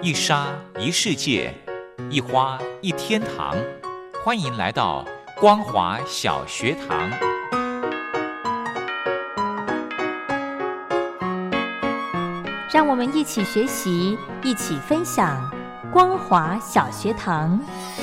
一沙一世界，一花一天堂。欢迎来到光华小学堂。 让我们一起学习，一起分享光华小学堂。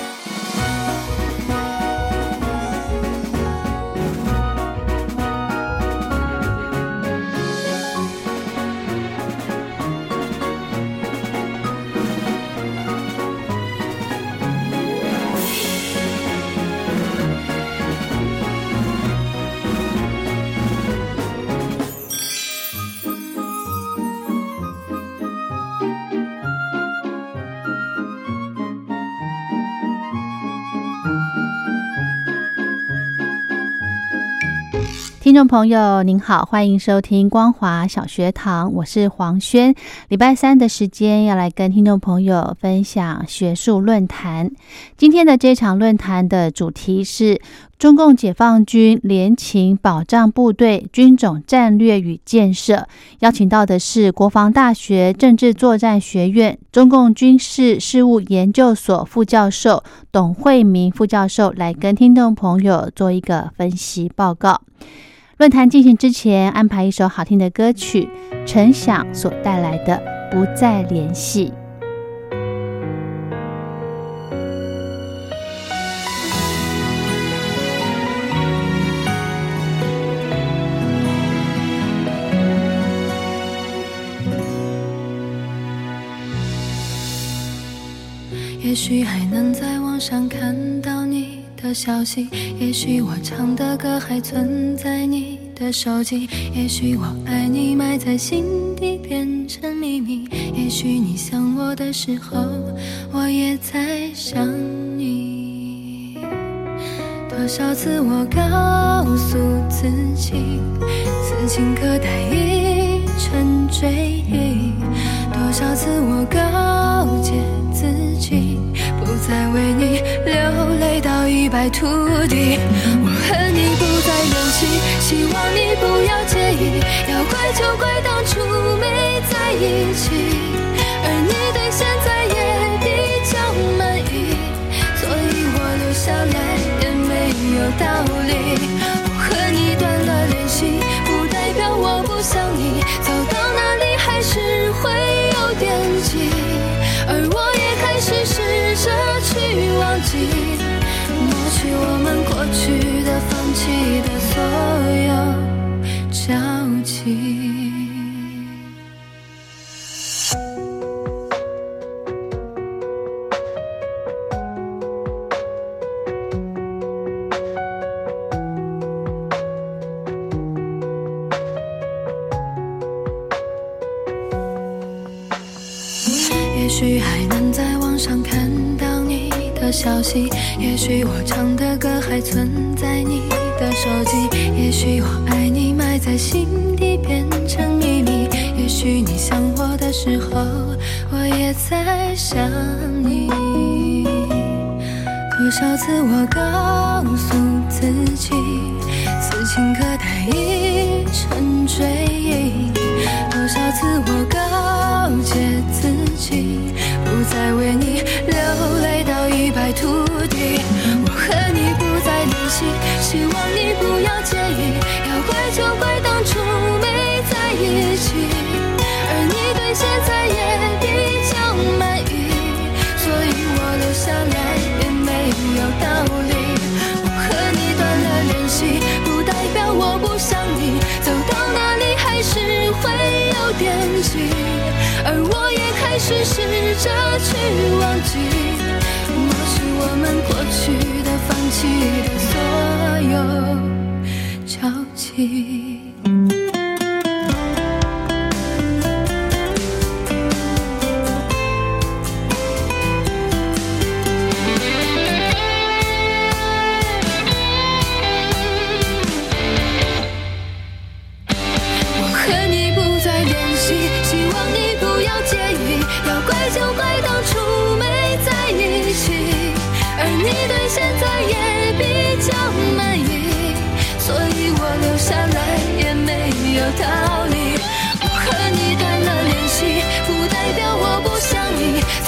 听众朋友您好，欢迎收听光华小学堂，我是黄轩。礼拜三的时间要来跟听众朋友分享学术论坛。今天的这场论坛的主题是中共解放军联勤保障部队军种战略与建设，邀请到的是国防大学政治作战学院中共军事事务研究所副教授董惠明副教授来跟听众朋友做一个分析报告。论坛进行之前，安排一首好听的歌曲，陈响所带来的《不再联系》。 也许还能在网上看到你的消息，也许我唱的歌还存在你的手机，也许我爱你埋在心底变成秘密，也许你想我的时候我也在想你。多少次我告诉自己此情可待已成追忆，多少次我告诫自己不再为你流泪到一败涂地。我和你不再联系，希望你不要介意，要怪就怪当初没在一起，而你对现在也比较满意，所以我留下来也没有道理。我和你断了联系，不代表我不想你，走到哪里还是会有惦记，而我也开始试着去忘记，抹去我们过去的放弃的所有交集。也许还能在网上看到你的消息，也许我唱的歌还存在你的手机，也许我爱你埋在心底变成秘密，也许你想我的时候我也在想你。多少次我告诉自己此情可待已成追忆，多少次我告诫自己不再为你流泪到一败涂地。我和你不再联系，希望你不要介意，要怪就怪当初没在一起，而你对现在也比较满意，所以我留下来也没有道理。我和你断了联系，不代表我不想你，走到哪里还是会有惦记，而我也开始试着去忘记，抹去我们过去的放弃的所有交集。道理，我和你断了联系，不代表我不想你，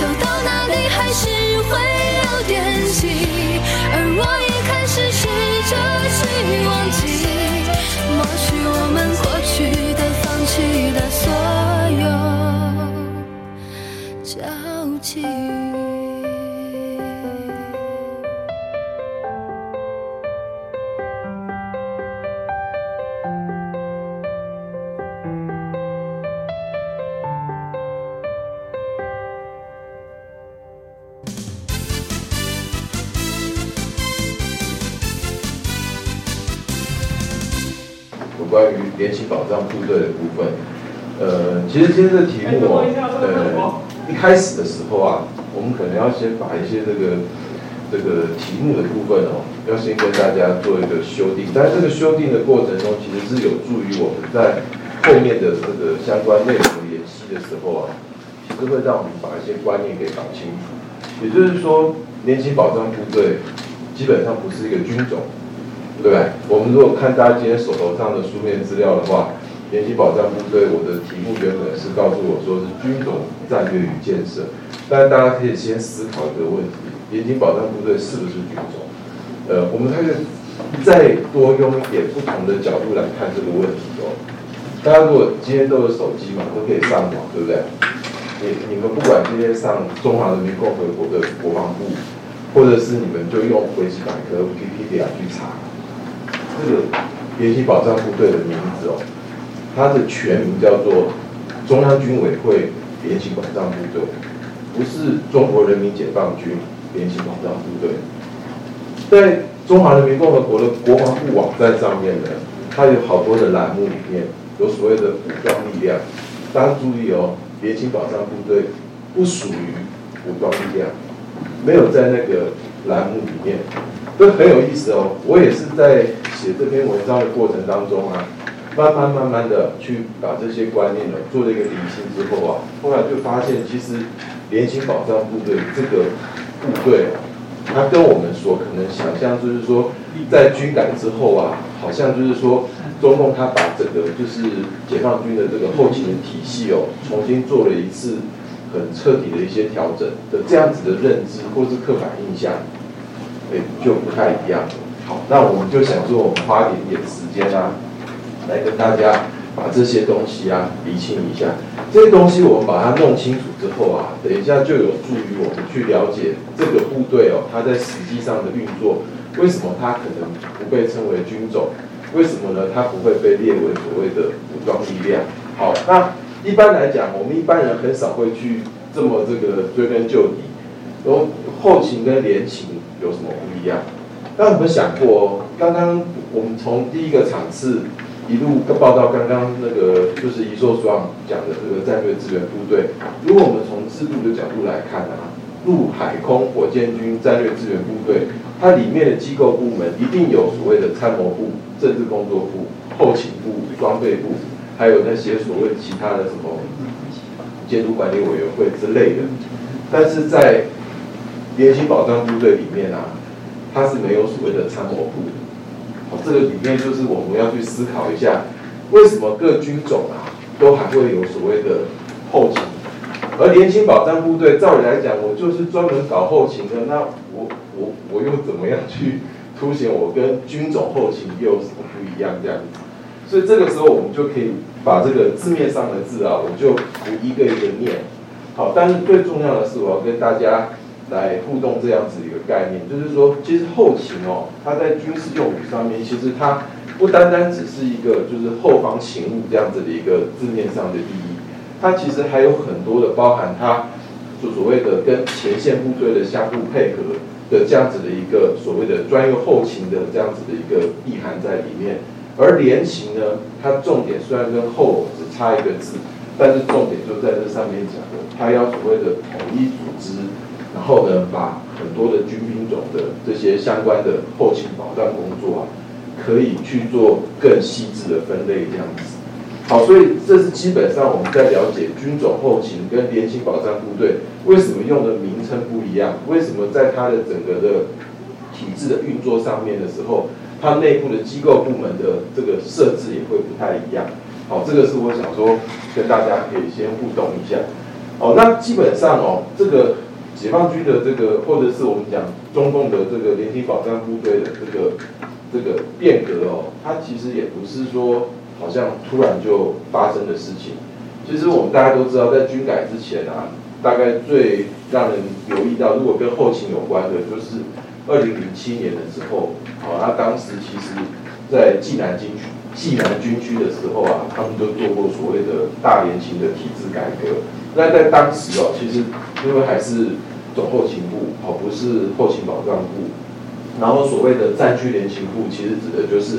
关于联勤保障部队的部分。其实今天的题目一开始的时候啊，我们可能要先把一些这个题目的部分要先跟大家做一个修订。但这个修订的过程中，其实是有助于我们在后面的这个相关内容研析的时候啊，其实会让我们把一些观念给搞清楚。也就是说，联勤保障部队基本上不是一个军种，对不对？我们如果看大家今天手头上的书面资料的话，联勤保障部队，我的题目原本是告诉我说是军种战略与建设，但大家可以先思考一个问题：联勤保障部队是不是军种？我们可以再多用一点不同的角度来看这个问题大家如果今天都有手机嘛，都可以上网，对不对？你们不管今天上中华人民共和国的国防部，或者是你们就用维基百科 Wikipedia 去查这个联勤保障部队的名字它的全名叫做中央军委会联勤保障部队，不是中国人民解放军联勤保障部队。在中华人民共和国的国防部网站上面呢，它有好多的栏目里面有所谓的武装力量。大家注意联勤保障部队不属于武装力量，没有在那个栏目里面，这很有意思我也是在写这篇文章的过程当中啊，慢慢的去把这些观念做了一个理清之后啊，后来就发现其实联勤保障部队这个部队它跟我们所可能想象就是说，在军改之后啊，好像就是说中共他把这个就是解放军的这个后勤的体系重新做了一次很彻底的一些调整的这样子的认知或是刻板印象，就不太一样。好，那我们就想说，我们花一点时间啊，来跟大家把这些东西啊厘清一下。这些东西我们把它弄清楚之后啊，等一下就有助于我们去了解这个部队它在实际上的运作，为什么它可能不被称为军种？为什么呢？它不会被列为所谓的武装力量？好，那一般来讲，我们一般人很少会去这么这个追根究底，然后后勤跟联勤有什么不一样？大家有没有想过刚刚我们从第一个场次一路报到刚刚那个就是一硕双讲的这个战略支援部队，如果我们从制度的角度来看陆海空火箭军战略支援部队，它里面的机构部门一定有所谓的参谋部、政治工作部、后勤部、装备部，还有那些所谓其他的什么监督管理委员会之类的。但是在联勤保障部队里面它是没有所谓的参谋部的。这个里面就是我们要去思考一下，为什么各军种都还会有所谓的后勤，而联勤保障部队照理来讲，我就是专门搞后勤的，那我又怎么样去凸显我跟军种后勤又有什么不一样这样子？所以这个时候我们就可以把这个字面上的字我就不一个一个念。好，但是最重要的是我要跟大家来互动这样子一个概念，就是说，其实后勤它在军事用语上面，其实它不单单只是一个就是后方勤务这样子的一个字面上的意义，它其实还有很多的包含它所谓的跟前线部队的相互配合的这样子的一个所谓的专业后勤的这样子的一个意涵在里面。而联勤呢，它重点虽然跟后只差一个字，但是重点就在这上面讲的，它要所谓的统一组织。然后呢，把很多的军兵种的这些相关的后勤保障工作可以去做更细致的分类这样子。好，所以这是基本上我们在了解军种后勤跟联勤保障部队为什么用的名称不一样，为什么在它的整个的体制的运作上面的时候，它内部的机构部门的这个设置也会不太一样。好，这个是我想说跟大家可以先互动一下。好，那基本上这个解放军的这个，或者是我们讲中共的这个联勤保障部队的这个变革它其实也不是说好像突然就发生的事情。其实我们大家都知道，在军改之前大概最让人留意到，如果跟后勤有关的，就是2007年的时候，那当时其实在济南军区的时候他们都做过所谓的大联勤的体制改革。那在当时其实因为还是总后勤部不是后勤保障部，然后所谓的战区联勤部其实指的就是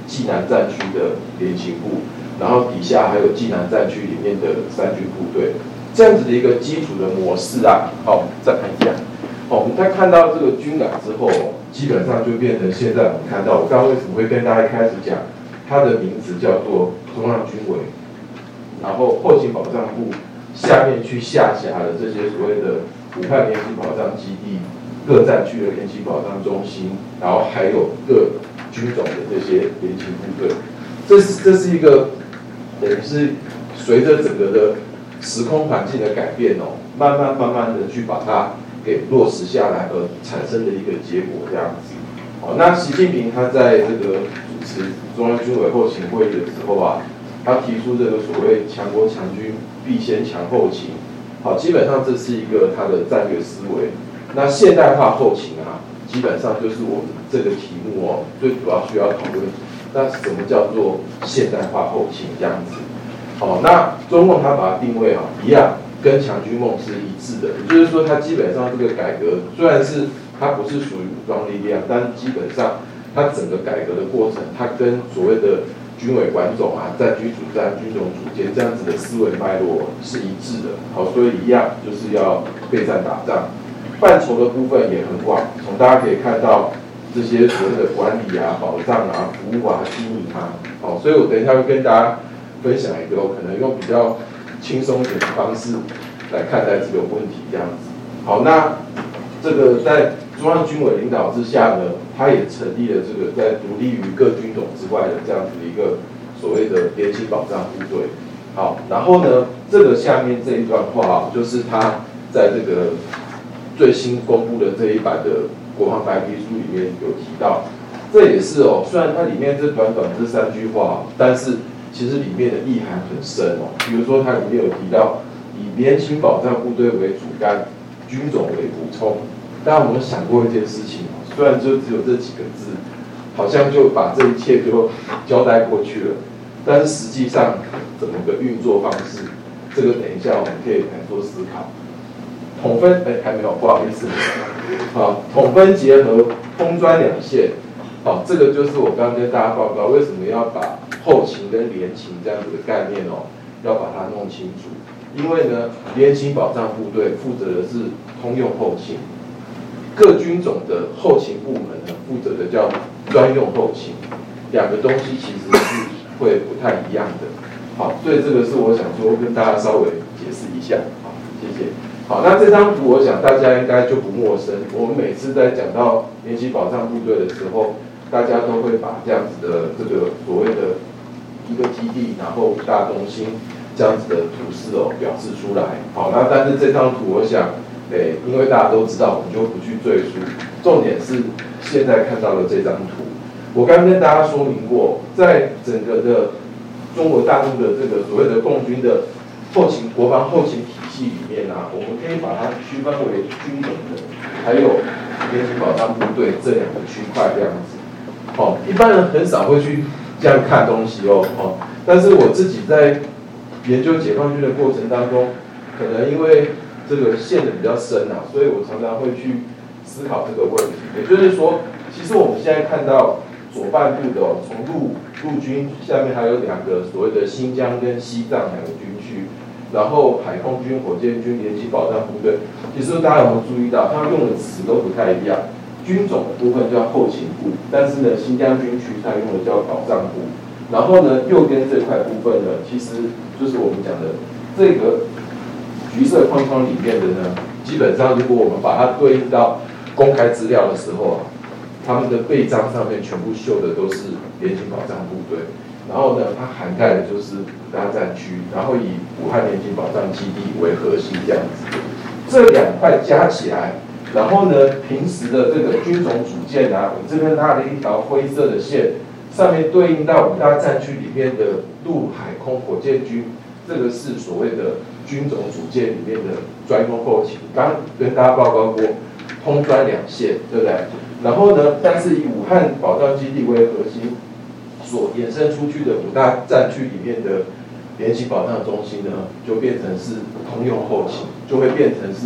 济南战区的联勤部，然后底下还有济南战区里面的3军部队，这样子的一个基础的模式啊。好，再看一下。我们在看到这个军改之后，基本上就变成现在我们看到，我刚刚为什么会跟大家一开始讲，它的名字叫做中央军委，然后后勤保障部下面去下辖的这些所谓的武汉联勤保障基地、各战区的联勤保障中心，然后还有各军种的这些联勤部队，这是一个等于是随着整个的时空环境的改变哦，慢慢的去把它给落实下来而产生的一个结果这样子。好，那习近平他在这个主持中央军委后勤会议的时候啊，他提出这个所谓强国强军必先强后勤。好，基本上这是一个他的战略思维。那现代化后勤啊，基本上就是我们这个题目哦，最主要需要讨论。那什么叫做现代化后勤这样子？好，那中共他把它定位啊，一样跟强军梦是一致的，也就是说，它基本上这个改革虽然是它不是属于武装力量，但基本上它整个改革的过程，它跟所谓的军委管总啊、战区主战、军种主监这样子的思维脉络是一致的。好，所以一样就是要备战打仗，范畴的部分也很广，从大家可以看到这些所谓的管理啊、保障啊、服务啊、经营啊。好，所以我等一下会跟大家分享一个我可能用比较轻松一点的方式来看待这个问题，这样子。好，那这个在中央军委领导之下呢，他也成立了这个在独立于各军种之外的这样子的一个所谓的联勤保障部队。好，然后呢，这个下面这一段话就是他在这个最新公布的这一版的国防白皮书里面有提到，这也是哦，虽然它里面这短短这3句话，但是其实里面的意涵很深哦。比如说它里面有提到，以联勤保障部队为主干，军种为补充。大家有没有想过一件事情？虽然就只有这几个字，好像就把这一切就交代过去了，但是实际上怎么个运作方式，这个等一下我们可以来做思考。统分，还没有，不好意思，好，统分结合，通专两线。好，这个就是我刚刚跟大家报告，为什么要把后勤跟联勤这样子的概念哦，要把它弄清楚。因为呢，联勤保障部队负责的是通用后勤，各军种的后勤部门呢负责的叫专用后勤，两个东西其实是会不太一样的。好，所以这个是我想说跟大家稍微解释一下。好，谢谢。好，那这张图我想大家应该就不陌生。我们每次在讲到联勤保障部队的时候，大家都会把这样子的这个所谓的一个基地，然后5大中心这样子的图示哦表示出来。好，那但是这张图我想，因为大家都知道，我们就不去赘述。重点是现在看到的这张图，我刚跟大家说明过，在整个的中国大陆的这个所谓的共军的后勤国防后勤体系里面啊，我们可以把它区分为军种的，还有联勤保障部队这2个区块这样子。好，一般人很少会去这样看东西哦。但是我自己在研究解放军的过程当中，可能因为这个陷得比较深啊，所以我常常会去思考这个问题。也就是说，其实我们现在看到左半部的从陆军下面还有2个所谓的新疆跟西藏2个军区，然后海空军、火箭军、联勤保障部队，其实大家有没有注意到，他们用的词都不太一样。军种的部分叫后勤部，但是呢，新疆军区它用的叫保障部。然后呢，右边这块部分呢，其实就是我们讲的这个橘色框框里面的呢，基本上如果我们把它对应到公开资料的时候啊，他们的备章上面全部绣的都是联勤保障部队。然后呢，它涵盖的就是5大战区，然后以武汉联勤保障基地为核心这样子。这2块加起来。然后呢，平时的这个军种主建啊，我这边拉了一条灰色的线，上面对应到5大战区里面的陆海空火箭军，这个是所谓的军种主建里面的专用后勤。刚跟大家报告过，通专2线，对不对？然后呢，但是以武汉保障基地为核心，所衍生出去的5大战区里面的联勤保障中心呢，就变成是通用后勤，就会变成是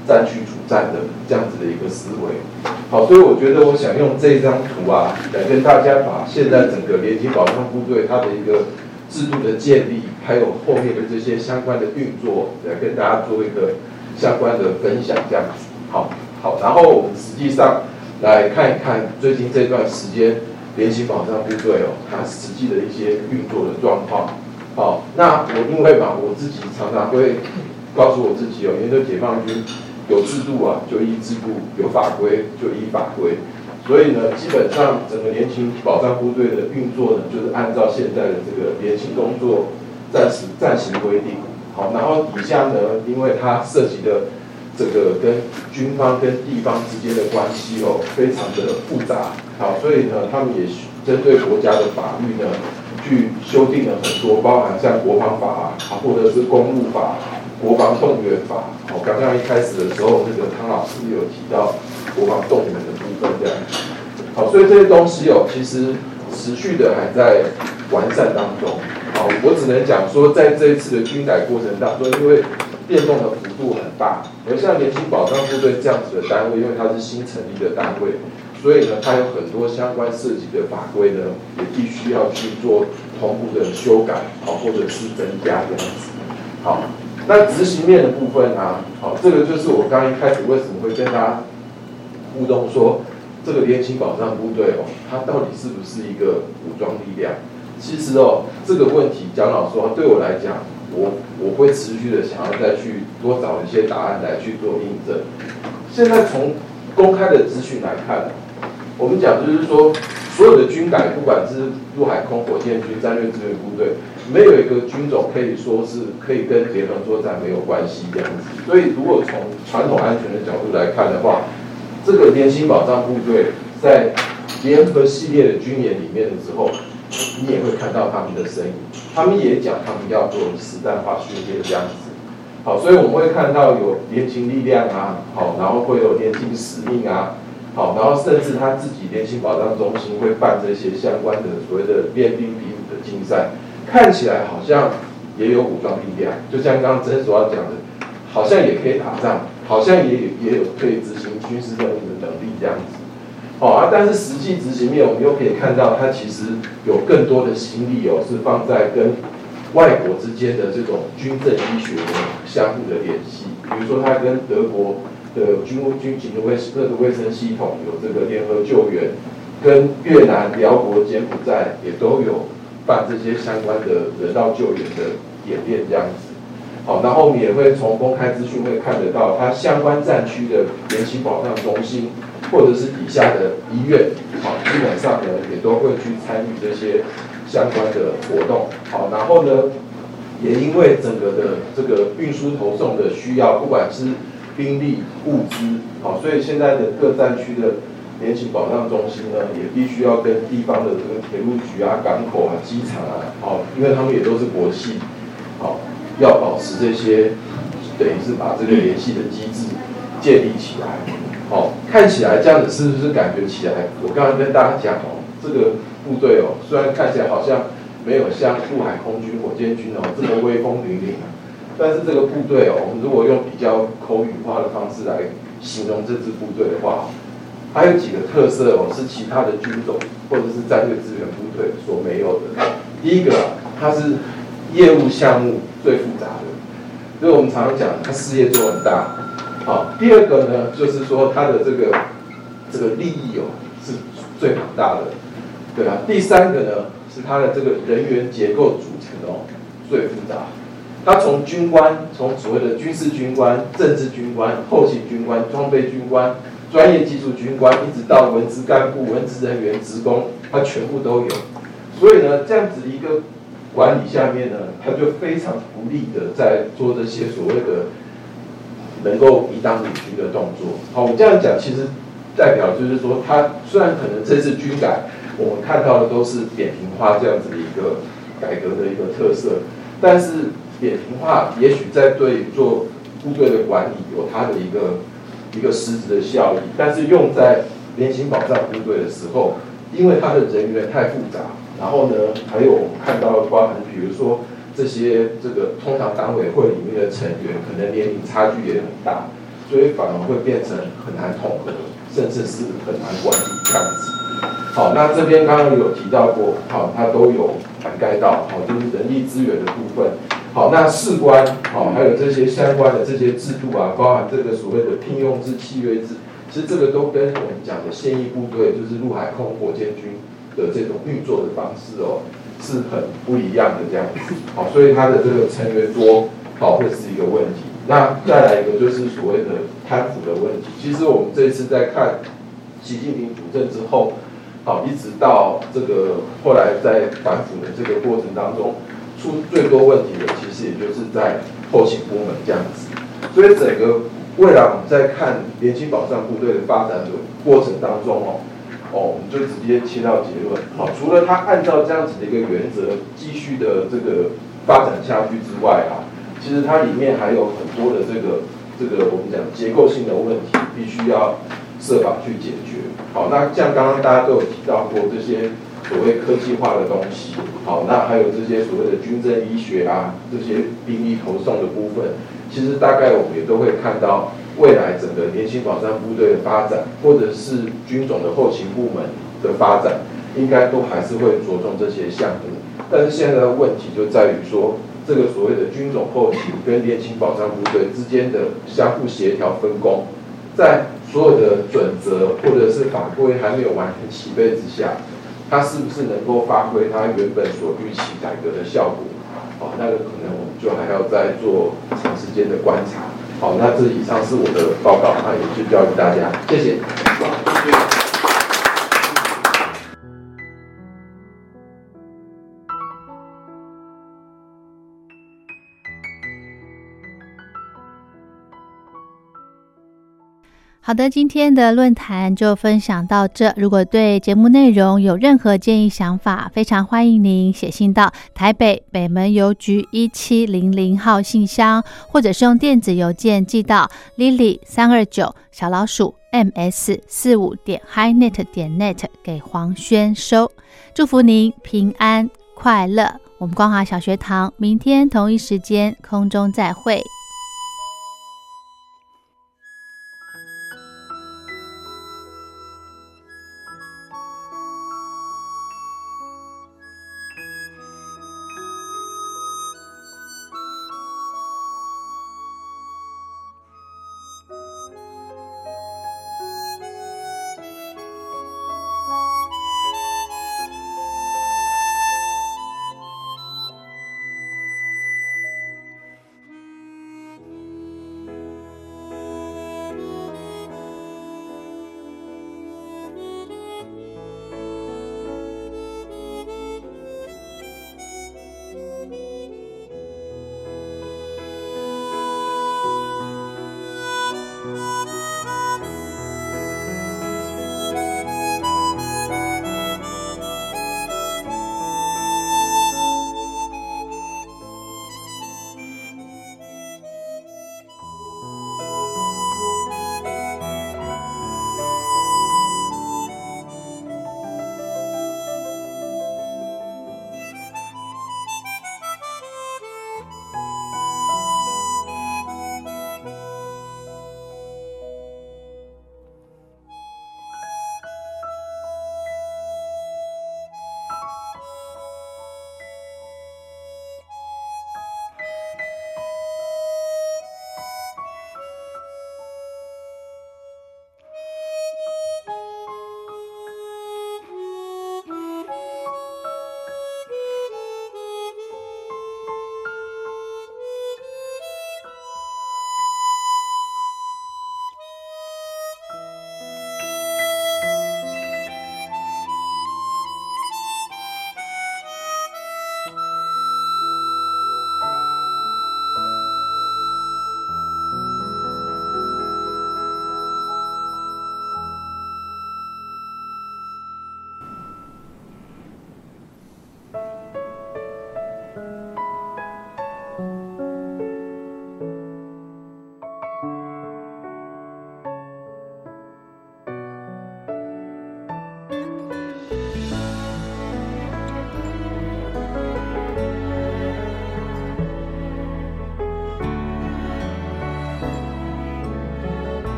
战区主战的这样子的一个思维。好，所以我觉得我想用这张图啊，来跟大家把现在整个联勤保障部队它的一个制度的建立，还有后面的这些相关的运作，来跟大家做一个相关的分享，这样子。好，然后我们实际上来看一看最近这段时间联勤保障部队它实际的一些运作的状况。好，那我因为嘛，我自己常常会告诉我自己研究解放军有制度啊，就依制度；有法规就依法规。所以呢，基本上整个联勤保障部队的运作呢，就是按照现在的这个联勤工作暂行规定。好，然后底下呢，因为它涉及的这个跟军方跟地方之间的关系非常的复杂。好，所以呢，他们也针对国家的法律呢，去修订了很多，包含像国防法或者是公务法、国防动员法。好，刚刚一开始的时候，那个汤老师有提到国防动员的部分这样子。好，所以这些东西其实持续的还在完善当中。好，我只能讲说，在这一次的军改过程当中，因为变动的幅度很大，而像联勤保障部队这样子的单位，因为它是新成立的单位，所以呢，它有很多相关涉及的法规呢，也必须要去做同步的修改，或者是增加这样子。好，那执行面的部分啊，好，这个就是我刚一开始为什么会跟大家互动说，这个联勤保障部队它到底是不是一个武装力量？其实这个问题，蒋老师对我来讲，我会持续的想要再去多找一些答案来去做印证。现在从公开的资讯来看，我们讲就是说，所有的军改，不管是陆海空火箭军、战略支援部队，没有一个军种可以说是可以跟联合作战没有关系这样子。所以，如果从传统安全的角度来看的话，这个联勤保障部队在联合系列的军演里面的时候，你也会看到他们的身影，他们也讲他们要做实弹化训练这样子。好，所以我们会看到有联勤力量啊，好，然后会有联勤使命啊，好，然后甚至他自己联勤保障中心会办这些相关的所谓的练兵比武的竞赛，看起来好像也有武装力量，就像刚刚曾所要讲的，好像也可以打仗，好像也有可以执行军事任务的能力这样子。但是实际执行面，我们又可以看到，它其实有更多的心力是放在跟外国之间的这种军政医学的相互的联系。比如说，它跟德国的军情的卫生系统有这个联合救援，跟越南、辽国、柬埔寨也都有办这些相关的人道救援的演练这样子。好，然后我们也会从公开资讯会看得到，它相关战区的联勤保障中心，或者是底下的医院，好，基本上呢也都会去参与这些相关的活动。好，然后呢，也因为整个的这个运输投送的需要，不管是兵力、物资，好，所以现在的各战区的联勤保障中心呢，也必须要跟地方的这个铁路局啊、港口啊、机场啊，好，因为他们也都是国系，好，要保持这些，等于是把这个联系的机制建立起来。好，看起来这样子是不是感觉起来？我刚刚跟大家讲这个部队虽然看起来好像没有像陆海空军、火箭军这么威风凛凛但是这个部队我们如果用比较口语化的方式来形容这支部队的话，还有几个特色是其他的军种或者是战略支援部队所没有的。第一个它是业务项目最复杂的，所以我们常常讲它事业做很大。好，第二个呢，就是说它的这个利益是最庞大的，对啊。第三个呢，是它的这个人员结构组成最复杂。它从军官，从所谓的军事军官、政治军官、后勤军官、装备军官、专业技术军官，一直到文职干部、文职人员、职工，它全部都有。所以呢，这样子一个管理下面呢，它就非常不利的在做这些所谓的能够以党领军的动作。好，我这样讲其实代表就是说，它虽然可能这次军改我们看到的都是扁平化这样子的一个改革的一个特色，但是扁平化也许在对做部队的管理有它的一个实质的效益，但是用在联勤保障部队的时候，因为它的人员太复杂，然后呢，还有我们看到包含比如说这些这个通常党委会里面的成员可能年龄差距也很大， 所以反而会变成很难统合，甚至是很难管理这样子。好，那这边刚刚有提到过，好，它都有涵盖到，好，就是人力资源的部分。好，那士官，好，还有这些相关的这些制度啊，包含这个所谓的聘用制、契约制，其实这个都跟我们讲的现役部队，就是陆海空火箭军的这种运作的方式哦，是很不一样的这样子。好，所以它的这个成员多，好，会是一个问题。那再来一个就是所谓的贪腐的问题。其实我们这一次在看习近平主政之后，好，一直到这个后来在反腐的这个过程当中，出最多问题的，其实也就是在后勤部门这样子。所以整个未来我们在看年轻保障部队的发展的过程当中我们就直接切到结论。好，除了他按照这样子的一个原则继续的这个发展下去之外其实它里面还有很多的这个我们讲结构性的问题，必须要设法去解决。好，那像刚刚大家都有提到过这些所谓科技化的东西，好，那还有这些所谓的军政医学这些兵役投送的部分，其实大概我们也都会看到未来整个年轻保障部队的发展，或者是军种的后勤部门的发展，应该都还是会着重这些项目。但是现在的问题就在于说，这个所谓的军种后勤跟年轻保障部队之间的相互协调分工，在所有的准则或者是法规还没有完全齐备之下，它是不是能够发挥它原本所预期改革的效果？好，那个可能我们就还要再做长时间的观察。好，那这以上是我的报告，也就交给大家，谢谢。 好的，今天的论坛就分享到这。如果对节目内容有任何建议想法，非常欢迎您写信到台北北门邮局1700号信箱，或者是用电子邮件寄到 lily329ms45.highnet.net 给黄轩收。祝福您平安快乐。我们光华小学堂明天同一时间空中再会。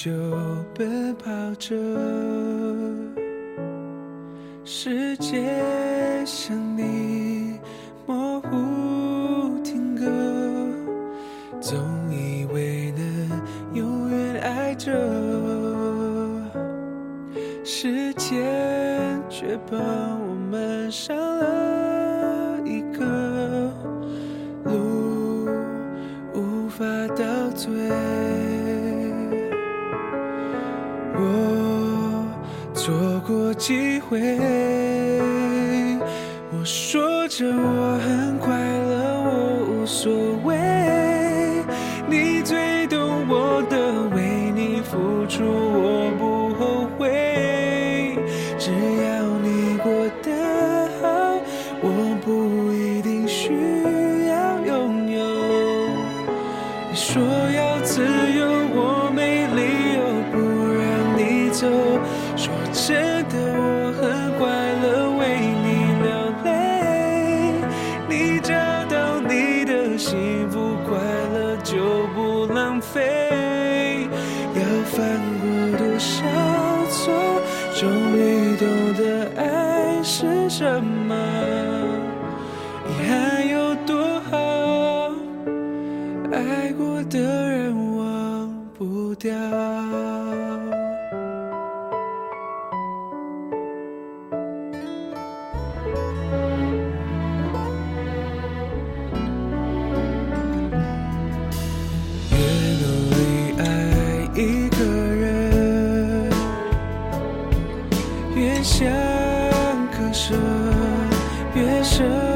就奔跑着，世界像你模糊停格，总以为能永远爱着，时间却把我们上了一个路，无法倒退。我错过机会，我说着我很快乐，我无所谓，你最懂我的，为你付出我不后悔，只要你过得好，我不一定需要拥有。你说要自由，我没理由不让你走，说真的我很快乐，为你流泪，你找到你的幸福快乐就不浪费，要犯过多少错，终于懂得爱是什么，你还有多好，爱过的人忘不掉。一个人越想割舍越舍